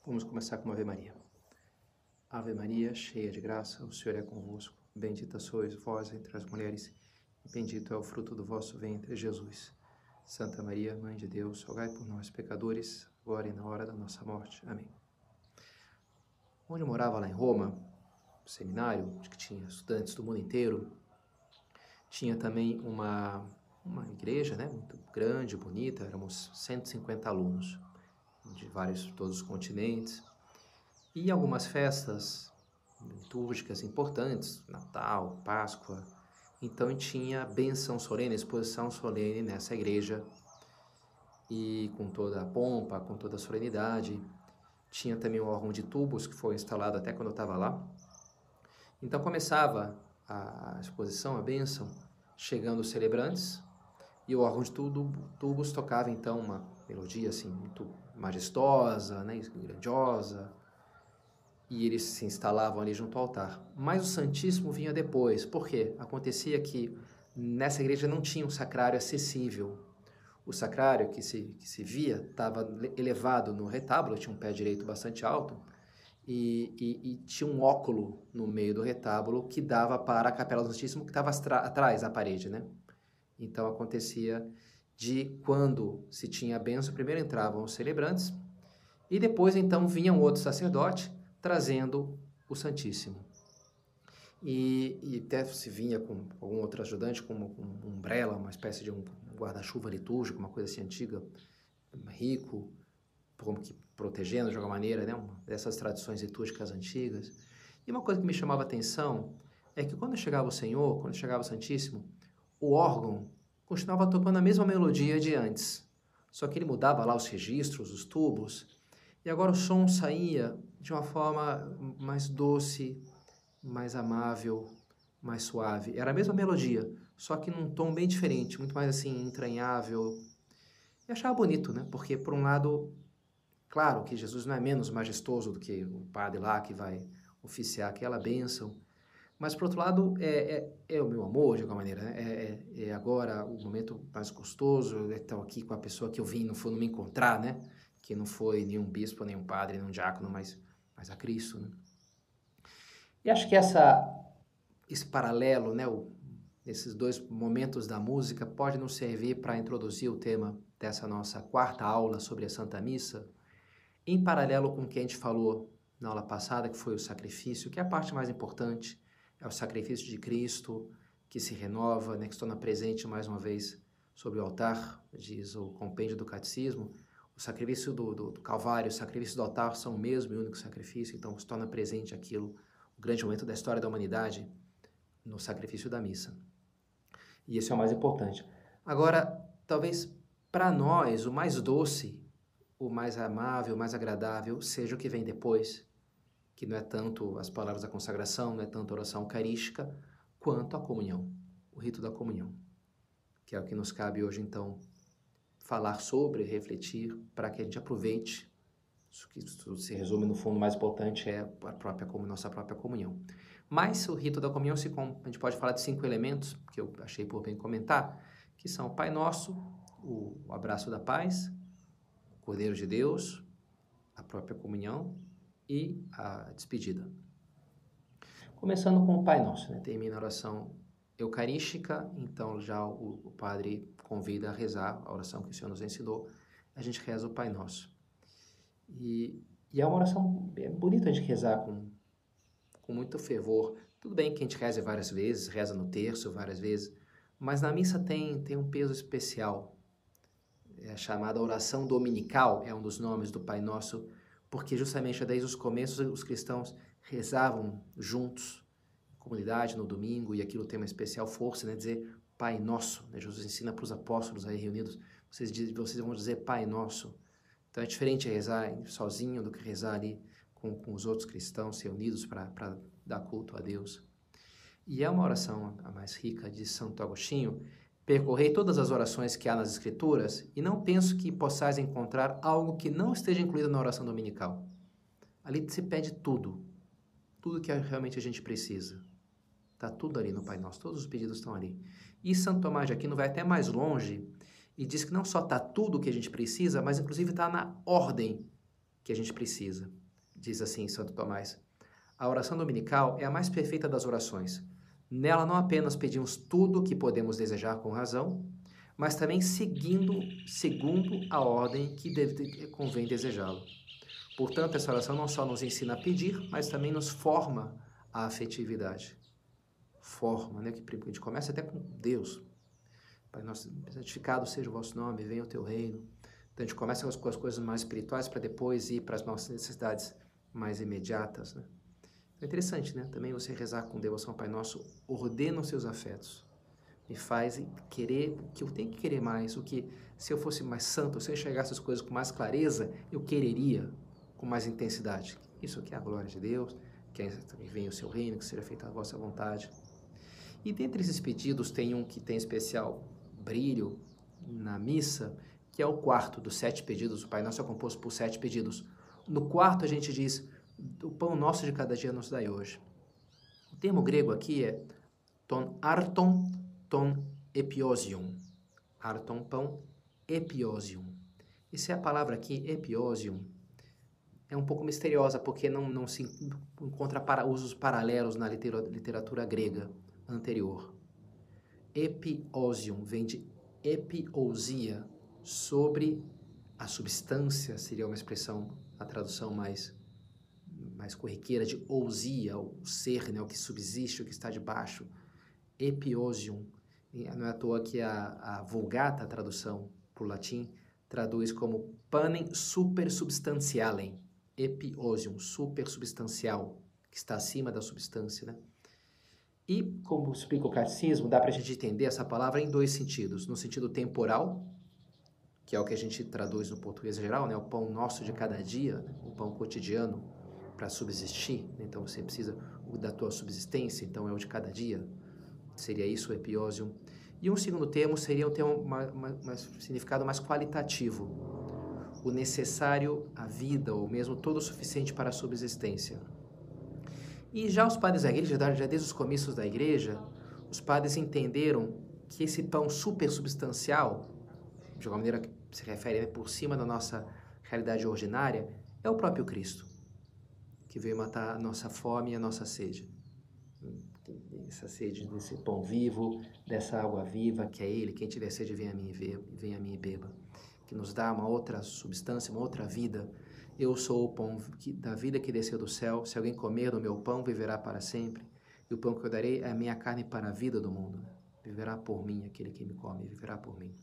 Vamos começar com uma Ave Maria. Ave Maria, cheia de graça, o Senhor é convosco. Bendita sois vós entre as mulheres, e bendito é o fruto do vosso ventre, Jesus. Santa Maria, Mãe de Deus, rogai por nós, pecadores, agora e na hora da nossa morte. Amém. Onde eu morava lá em Roma, no seminário, que tinha estudantes do mundo inteiro, tinha também uma igreja, né, muito grande, bonita, éramos 150 alunos, de todos os continentes, e algumas festas litúrgicas importantes, Natal, Páscoa. Então tinha bênção solene, exposição solene nessa igreja, e com toda a pompa, com toda a solenidade. Tinha também um órgão de tubos que foi instalado até quando eu estava lá. Então começava a exposição, a bênção, chegando os celebrantes, e o órgão de tubos tocava então uma melodia assim muito majestosa, né, grandiosa, e eles se instalavam ali junto ao altar. Mas o Santíssimo vinha depois. Por quê? Acontecia que nessa igreja não tinha um sacrário acessível. O sacrário que se via estava elevado no retábulo, tinha um pé direito bastante alto, e tinha um óculo no meio do retábulo que dava para a Capela do Santíssimo, que estava atrás da parede, né? Então acontecia de quando se tinha a bênção, primeiro entravam os celebrantes e depois então vinha um outro sacerdote trazendo o Santíssimo. E até se vinha com algum outro ajudante, com um umbrella, uma espécie de um guarda-chuva litúrgico, uma coisa assim antiga, rico, como que protegendo de alguma maneira, né, dessas tradições litúrgicas antigas. E uma coisa que me chamava a atenção é que quando chegava o Senhor, quando chegava o Santíssimo, o órgão continuava tocando a mesma melodia de antes, só que ele mudava lá os registros, os tubos, e agora o som saía de uma forma mais doce, mais amável, mais suave. Era a mesma melodia, só que num tom bem diferente, muito mais assim, entranhável. E achava bonito, né? Porque, por um lado, claro que Jesus não é menos majestoso do que o padre lá que vai oficiar aquela bênção, mas, por outro lado, é o meu amor, de alguma maneira, né? É agora o momento mais gostoso, estar aqui com a pessoa que eu vim, não me encontrar, né? Que não foi nenhum bispo, nenhum padre, nenhum diácono, mas a Cristo, né? E acho que esse paralelo, né? Esses dois momentos da música pode nos servir para introduzir o tema dessa nossa quarta aula sobre a Santa Missa, em paralelo com o que a gente falou na aula passada, que foi o sacrifício, que é a parte mais importante. É o sacrifício de Cristo que se renova, né, que se torna presente mais uma vez sobre o altar, diz o compêndio do Catecismo. O sacrifício do Calvário, o sacrifício do altar são o mesmo e único sacrifício, então se torna presente aquilo, o grande momento da história da humanidade, no sacrifício da missa. E esse é o mais importante. Agora, talvez para nós o mais doce, o mais amável, o mais agradável, seja o que vem depois, que não é tanto as palavras da consagração, não é tanto a oração eucarística, quanto a comunhão, o rito da comunhão, que é o que nos cabe hoje, então, falar sobre, refletir, para que a gente aproveite. Isso que se resume, no fundo, o mais importante é nossa própria comunhão. Mas o rito da comunhão, a gente pode falar de 5 elementos, que eu achei por bem comentar, que são o Pai Nosso, o abraço da paz, o Cordeiro de Deus, a própria comunhão e a despedida. Começando com o Pai Nosso, né? Termina a oração eucarística, então já o padre convida a rezar a oração que o Senhor nos ensinou, a gente reza o Pai Nosso. E é uma oração bonita a gente rezar com muito fervor. Tudo bem que a gente reza várias vezes, reza no terço várias vezes, mas na missa tem um peso especial. É a chamada oração dominical, é um dos nomes do Pai Nosso, porque justamente desde os começos os cristãos rezavam juntos, em comunidade, no domingo, e aquilo tem uma especial força, né? Dizer Pai Nosso, né? Jesus ensina para os apóstolos aí reunidos, vocês vão dizer Pai Nosso. Então é diferente rezar sozinho do que rezar ali com os outros cristãos reunidos para dar culto a Deus. E é uma oração a mais rica de Santo Agostinho. Percorrei todas as orações que há nas Escrituras e não penso que possais encontrar algo que não esteja incluído na oração dominical. Ali se pede tudo que realmente a gente precisa. Está tudo ali no Pai Nosso, todos os pedidos estão ali. E Santo Tomás de Aquino vai até mais longe e diz que não só está tudo o que a gente precisa, mas inclusive está na ordem que a gente precisa. Diz assim Santo Tomás: a oração dominical é a mais perfeita das orações. Nela não apenas pedimos tudo o que podemos desejar com razão, mas também segundo a ordem que convém desejá-lo. Portanto, essa oração não só nos ensina a pedir, mas também nos forma a afetividade. Forma, né? Que a gente começa até com Deus. Pai nosso, santificado seja o vosso nome, venha o teu reino. Então a gente começa com as coisas mais espirituais para depois ir para as nossas necessidades mais imediatas, né? É interessante, né? Também você rezar com devoção ao Pai Nosso, ordena os seus afetos. Me faz querer o que eu tenho que querer mais, o que se eu fosse mais santo, se eu enxergasse as coisas com mais clareza, eu quereria com mais intensidade. Isso aqui é a glória de Deus, que venha o seu reino, que seja feita a vossa vontade. E dentre esses pedidos tem um que tem especial brilho na missa, que é o quarto dos 7 pedidos. O Pai Nosso é composto por 7 pedidos. No quarto a gente diz: o pão nosso de cada dia nos dai hoje. O termo grego aqui é ton arton, ton epiosium. Arton, pão, epiosium. Essa é a palavra aqui, epiosium. É um pouco misteriosa, porque não se encontra usos paralelos na literatura grega anterior. Epiosium vem de epiousia, sobre a substância, seria uma expressão, a tradução mais corriqueira de ousia, o ser, né, o que subsiste, o que está debaixo. Epiosium. Não é à toa que a Vulgata, a tradução para o latim, traduz como panem supersubstantialem. Epiosium, supersubstancial, que está acima da substância, né? E, como explica o catecismo, dá para a gente entender essa palavra em 2 sentidos. No sentido temporal, que é o que a gente traduz no português geral, né? O pão nosso de cada dia, né? O pão cotidiano para subsistir. Né? Então, você precisa da tua subsistência, então é o de cada dia. Seria isso o epiosium. E um segundo termo seria um termo significado mais qualitativo. O necessário à vida, ou mesmo todo o suficiente para a subsistência. E já os padres da igreja, já desde os comícios da igreja, os padres entenderam que esse pão supersubstancial, de alguma maneira que se refere, né, por cima da nossa realidade ordinária, é o próprio Cristo, que veio matar a nossa fome e a nossa sede. Essa sede desse pão vivo, dessa água viva, que é Ele. Quem tiver sede, venha a mim e beba. Que nos dá uma outra substância, uma outra vida. Eu sou o pão da vida que desceu do céu. Se alguém comer do meu pão, viverá para sempre. E o pão que eu darei é a minha carne para a vida do mundo. Viverá por mim aquele que me come, viverá por mim.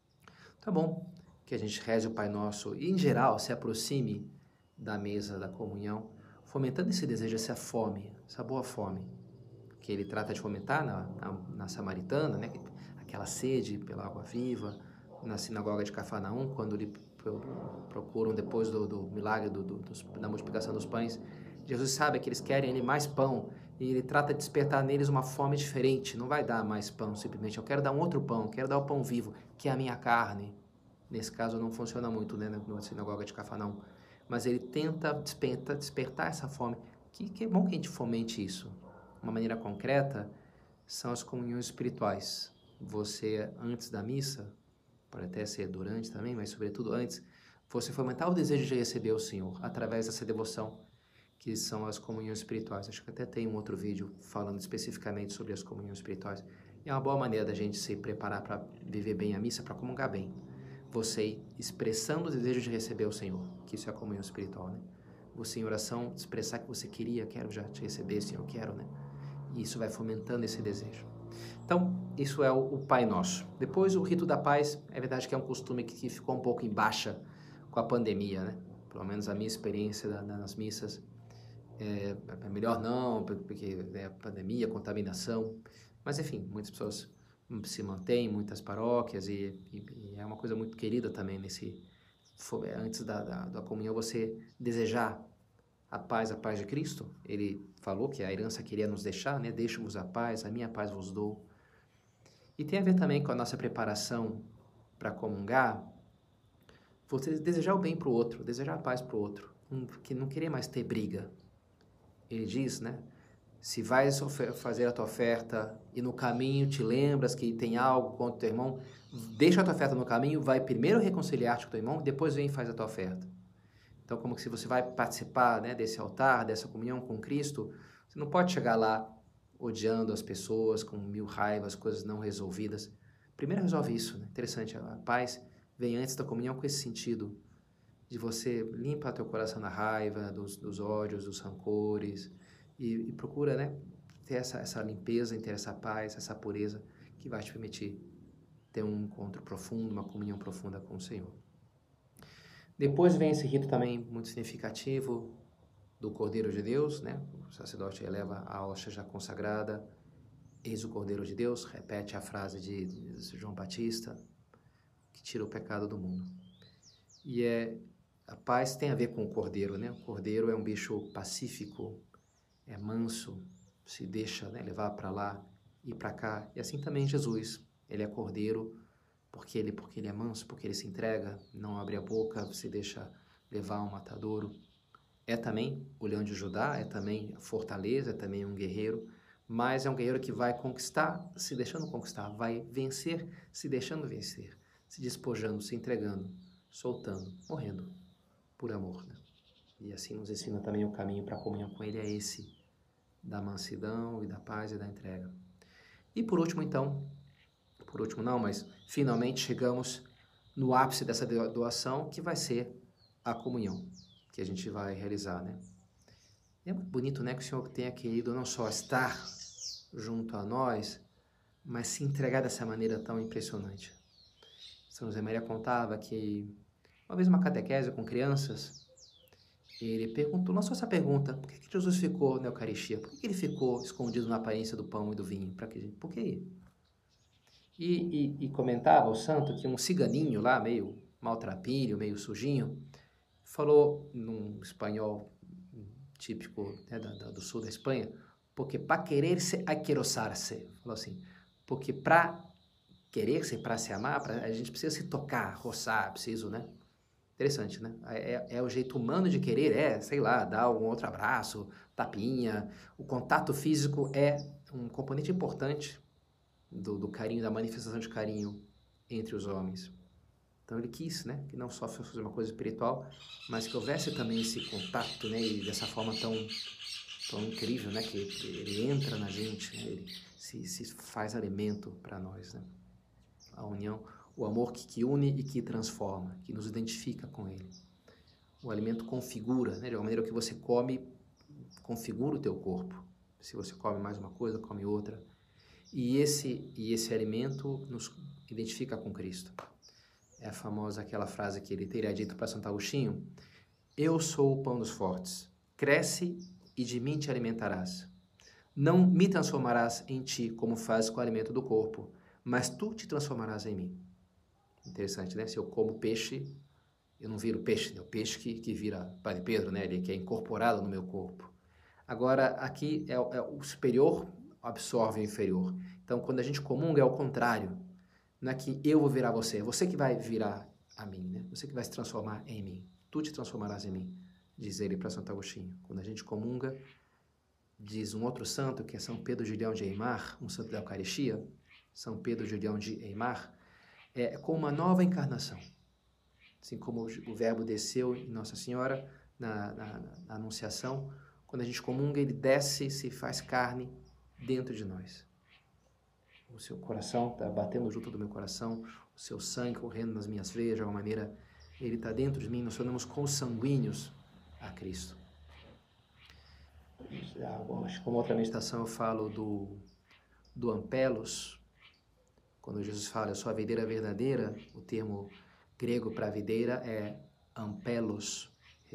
Tá bom que a gente reze o Pai Nosso e, em geral, se aproxime da mesa da comunhão, fomentando esse desejo, essa fome, essa boa fome, que ele trata de fomentar na Samaritana, né? Aquela sede pela água viva, na sinagoga de Cafarnaum, quando lhe procuram depois do milagre da multiplicação dos pães. Jesus sabe que eles querem ele mais pão, e ele trata de despertar neles uma fome diferente. Não vai dar mais pão, simplesmente. Eu quero dar um outro pão, eu quero dar o pão vivo, que é a minha carne. Nesse caso não funciona muito, né, na sinagoga de Cafarnaum. Mas ele tenta despertar essa fome. Que é bom que a gente fomente isso. Uma maneira concreta são as comunhões espirituais. Você, antes da missa, pode até ser durante também, mas sobretudo antes, você fomentar o desejo de receber o Senhor através dessa devoção, que são as comunhões espirituais. Acho que até tem um outro vídeo falando especificamente sobre as comunhões espirituais. E é uma boa maneira da gente se preparar para viver bem a missa, para comungar bem. Você ir expressando o desejo de receber o Senhor, que isso é a comunhão espiritual, né? Você em oração expressar que você quero já te receber, Senhor, quero, né? E isso vai fomentando esse desejo. Então, isso é o Pai Nosso. Depois, o Rito da Paz, é verdade que é um costume que ficou um pouco em baixa com a pandemia, né? Pelo menos a minha experiência nas missas é melhor não, porque é pandemia, contaminação. Mas, enfim, muitas pessoas se mantêm, muitas paróquias, e é uma coisa muito querida também antes da comunhão, você desejar a paz de Cristo. Ele falou que a herança queria nos deixar, né? Deixo-vos a paz, a minha paz vos dou. E tem a ver também com a nossa preparação para comungar, você desejar o bem para o outro, desejar a paz para o outro, que não querer mais ter briga. Ele diz, né? Se vais fazer a tua oferta e no caminho te lembras que tem algo contra o teu irmão, deixa a tua oferta no caminho, vai primeiro reconciliar-te com o teu irmão, depois vem e faz a tua oferta. Então, como que se você vai participar, né, desse altar, dessa comunhão com Cristo, você não pode chegar lá odiando as pessoas, com 1000 raivas, coisas não resolvidas. Primeiro resolve isso, né? Interessante, a paz vem antes da comunhão com esse sentido, de você limpar teu coração da raiva, dos ódios, dos rancores, e procura, né, ter essa limpeza, ter essa paz, essa pureza, que vai te permitir ter um encontro profundo, uma comunhão profunda com o Senhor. Depois vem esse rito também muito significativo do Cordeiro de Deus, né? O sacerdote eleva a hóstia já consagrada, eis o Cordeiro de Deus, repete a frase de João Batista, que tira o pecado do mundo. E a paz tem a ver com o Cordeiro, né? O Cordeiro é um bicho pacífico, é manso, se deixa, né, levar para lá e para cá. E assim também Jesus, ele é Cordeiro porque ele é manso, porque ele se entrega, não abre a boca, se deixa levar um matadouro. É também o leão de Judá, é também fortaleza, é também um guerreiro, mas é um guerreiro que vai conquistar, se deixando conquistar, vai vencer, se deixando vencer, se despojando, se entregando, soltando, morrendo por amor, né? E assim nos ensina também o caminho para a comunhão com ele, é esse, da mansidão e da paz e da entrega. E por último, então, por último não, mas finalmente chegamos no ápice dessa doação, que vai ser a comunhão, que a gente vai realizar, né? É muito bonito, né, que o Senhor tenha querido não só estar junto a nós, mas se entregar dessa maneira tão impressionante. São José Maria contava que uma vez uma catequese com crianças, ele perguntou, lançou essa pergunta: por que Jesus ficou na Eucaristia? Por que ele ficou escondido na aparência do pão e do vinho? Por quê? E comentava o santo que um ciganinho lá, meio maltrapilho, meio sujinho, falou num espanhol típico, né, do sul da Espanha, porque para querer-se hay que rozar-se. Falou assim, porque para querer-se, para se amar, a gente precisa se tocar, roçar, preciso, né? Interessante, né? É o jeito humano de querer, sei lá, dar um outro abraço, tapinha. O contato físico é um componente importante do carinho, da manifestação de carinho entre os homens. Então ele quis, né, que não só fosse uma coisa espiritual, mas que houvesse também esse contato, né, e dessa forma tão incrível, né, que ele entra na gente, né, ele se faz alimento para nós, né? A união, o amor que une e que transforma, que nos identifica com ele. O alimento configura, né, de uma maneira que você come, configura o teu corpo. Se você come mais uma coisa, come outra. E esse alimento nos identifica com Cristo. É a famosa aquela frase que ele teria dito para Santo Agostinho: eu sou o pão dos fortes, cresce e de mim te alimentarás. Não me transformarás em ti como fazes com o alimento do corpo, mas tu te transformarás em mim. Interessante, né? Se eu como peixe, eu não viro peixe, é o peixe que vira Padre Pedro, né? Ele que é incorporado no meu corpo. Agora, aqui é o superior absorve o inferior. Então, quando a gente comunga, é o contrário. Não é que eu vou virar você, é você que vai virar a mim, né? Você que vai se transformar em mim. Tu te transformarás em mim, diz ele para Santo Agostinho. Quando a gente comunga, diz um outro santo, que é São Pedro Julião de Aimar, um santo da Eucaristia, São Pedro Julião de Aimar, é com uma nova encarnação. Assim como o Verbo desceu em Nossa Senhora, na Anunciação, quando a gente comunga, ele desce, se faz carne dentro de nós. O seu coração está batendo junto do meu coração, o seu sangue correndo nas minhas veias, de alguma maneira, ele está dentro de mim, nós tornamos consanguíneos a Cristo. Acho que como outra meditação eu falo do Ampelos, quando Jesus fala, eu sou a videira verdadeira, o termo grego para videira é Ampelos,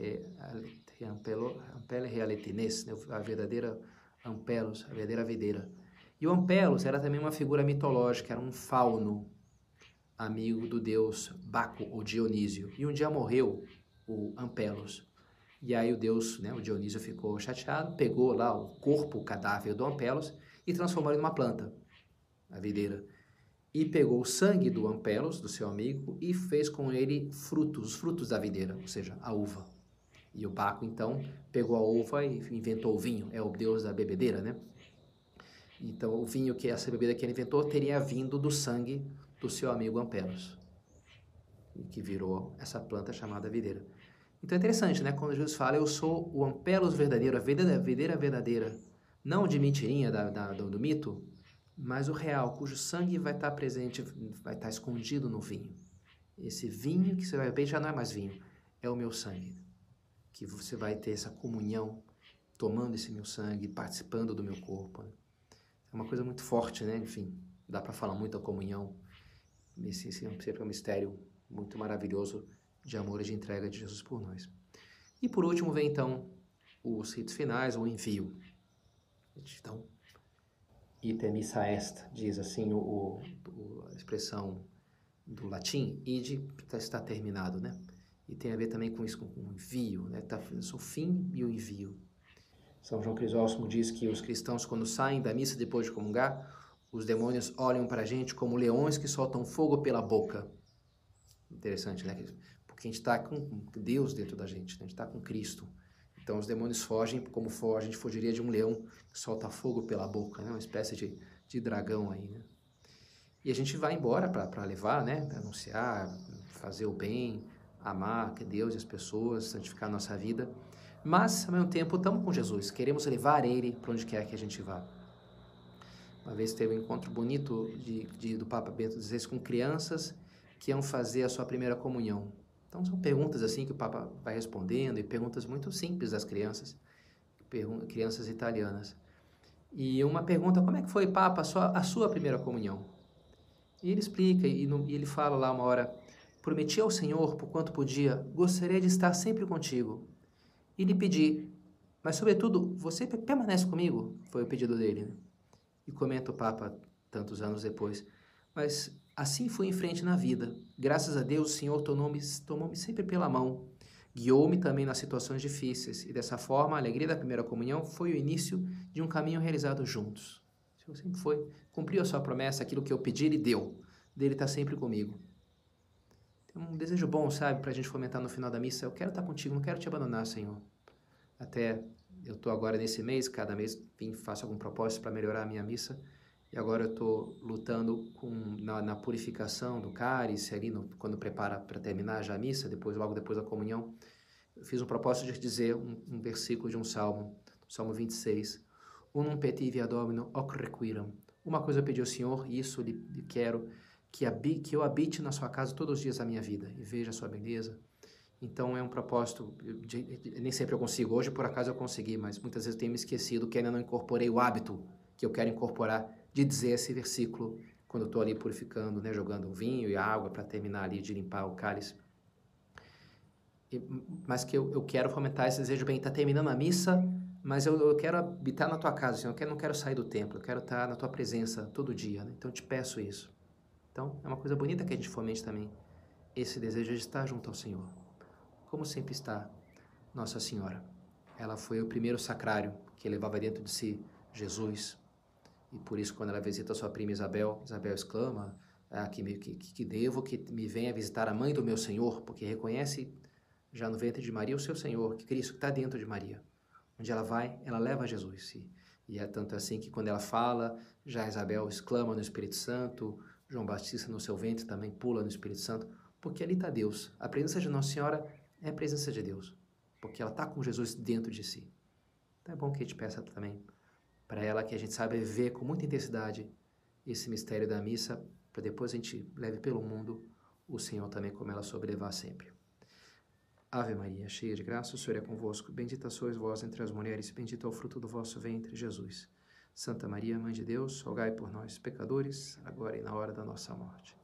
Ampele realetines, a verdadeira Ampelos, a verdadeira videira. E o Ampelos era também uma figura mitológica, era um fauno, amigo do deus Baco ou Dionísio. E um dia morreu o Ampelos. E aí o deus, né, o Dionísio ficou chateado, pegou lá o corpo, o cadáver do Ampelos e transformou ele numa planta, a videira. E pegou o sangue do Ampelos, do seu amigo, e fez com ele os frutos da videira, ou seja, a uva. E o Baco, então, pegou a uva e inventou o vinho, é o deus da bebedeira, né? Então, o vinho, essa bebida que ele inventou, teria vindo do sangue do seu amigo Ampelos, que virou essa planta chamada videira. Então é interessante, né? Quando Jesus fala, eu sou o ampelus verdadeiro, a videira verdadeira, não de mentirinha do mito, mas o real, cujo sangue vai estar presente, vai estar escondido no vinho. Esse vinho que você vai beber já não é mais vinho, é o meu sangue. Que você vai ter essa comunhão, tomando esse meu sangue, participando do meu corpo. Né? É uma coisa muito forte, né? Enfim, dá para falar muito a comunhão. Esse é um mistério muito maravilhoso de amor e de entrega de Jesus por nós. E por último vem então os ritos finais, o envio. Então, ite missa est, diz assim a expressão do latim, ide está terminado, né? E tem a ver também com isso, com o envio, né? O fim e o envio. São João Crisóstomo diz que os cristãos, quando saem da missa depois de comungar, os demônios olham para a gente como leões que soltam fogo pela boca. Interessante, né? Porque a gente está com Deus dentro da gente, né? A gente está com Cristo. Então os demônios fogem como a gente fugiria de um leão que solta fogo pela boca, né? Uma espécie de dragão aí, né? E a gente vai embora para levar, né? Para anunciar, fazer o bem, amar Deus e as pessoas, santificar a nossa vida. Mas, ao mesmo tempo, estamos com Jesus. Queremos levar Ele para onde quer que a gente vá. Uma vez teve um encontro bonito do Papa Bento XVI com crianças que iam fazer a sua primeira comunhão. Então, são perguntas assim que o Papa vai respondendo, e perguntas muito simples das crianças, crianças italianas. E uma pergunta, como é que foi, Papa, a sua primeira comunhão? E ele explica, e ele fala lá uma hora, prometi ao Senhor, por quanto podia, gostaria de estar sempre contigo. E lhe pedi, mas sobretudo, você permanece comigo? Foi o pedido dele, né? E comenta o Papa tantos anos depois, mas assim fui em frente na vida. Graças a Deus, o Senhor tomou-me sempre pela mão, guiou-me também nas situações difíceis, e dessa forma a alegria da primeira comunhão foi o início de um caminho realizado juntos. O Senhor sempre cumpriu a sua promessa, aquilo que eu pedi, Ele deu. Dele está sempre comigo. Tem um desejo bom, sabe, para a gente fomentar no final da missa. Eu quero estar contigo, não quero te abandonar, Senhor. Até eu estou agora nesse mês, cada mês faço algum propósito para melhorar a minha missa. E agora eu estou lutando na purificação do cálice, ali quando prepara para terminar já a missa, logo depois da comunhão. Eu fiz um propósito de dizer um versículo de um salmo, Salmo 26. Unum petivi ad Domino hoc requiram. Uma coisa eu pedi ao Senhor, e isso lhe quero, que eu habite na sua casa todos os dias da minha vida, e veja a sua beleza. Então é um propósito, nem sempre eu consigo, hoje por acaso eu consegui, mas muitas vezes eu tenho me esquecido que ainda não incorporei o hábito que eu quero incorporar de dizer esse versículo quando eu estou ali purificando, né, jogando o vinho e a água para terminar ali de limpar o cálice. Mas que eu quero fomentar esse desejo, bem, está terminando a missa, mas eu quero habitar na tua casa, Senhor, eu não quero sair do templo, eu quero estar na tua presença todo dia, né? Então eu te peço isso. Então é uma coisa bonita que a gente fomente também, esse desejo de estar junto ao Senhor. Como sempre está Nossa Senhora. Ela foi o primeiro sacrário que levava dentro de si Jesus. E por isso, quando ela visita sua prima Isabel exclama que devo que me venha visitar a mãe do meu Senhor, porque reconhece já no ventre de Maria o seu Senhor, que Cristo está dentro de Maria. Onde ela vai, ela leva Jesus. E é tanto assim que quando ela fala, já Isabel exclama no Espírito Santo, João Batista no seu ventre também pula no Espírito Santo, porque ali está Deus. A presença de Nossa Senhora é a presença de Deus, porque ela está com Jesus dentro de si. Então é bom que a gente peça também para ela que a gente saiba viver com muita intensidade esse mistério da missa, para depois a gente leve pelo mundo o Senhor também, como ela soube levar sempre. Ave Maria, cheia de graça, o Senhor é convosco. Bendita sois vós entre as mulheres, bendito é o fruto do vosso ventre, Jesus. Santa Maria, Mãe de Deus, rogai por nós, pecadores, agora e na hora da nossa morte.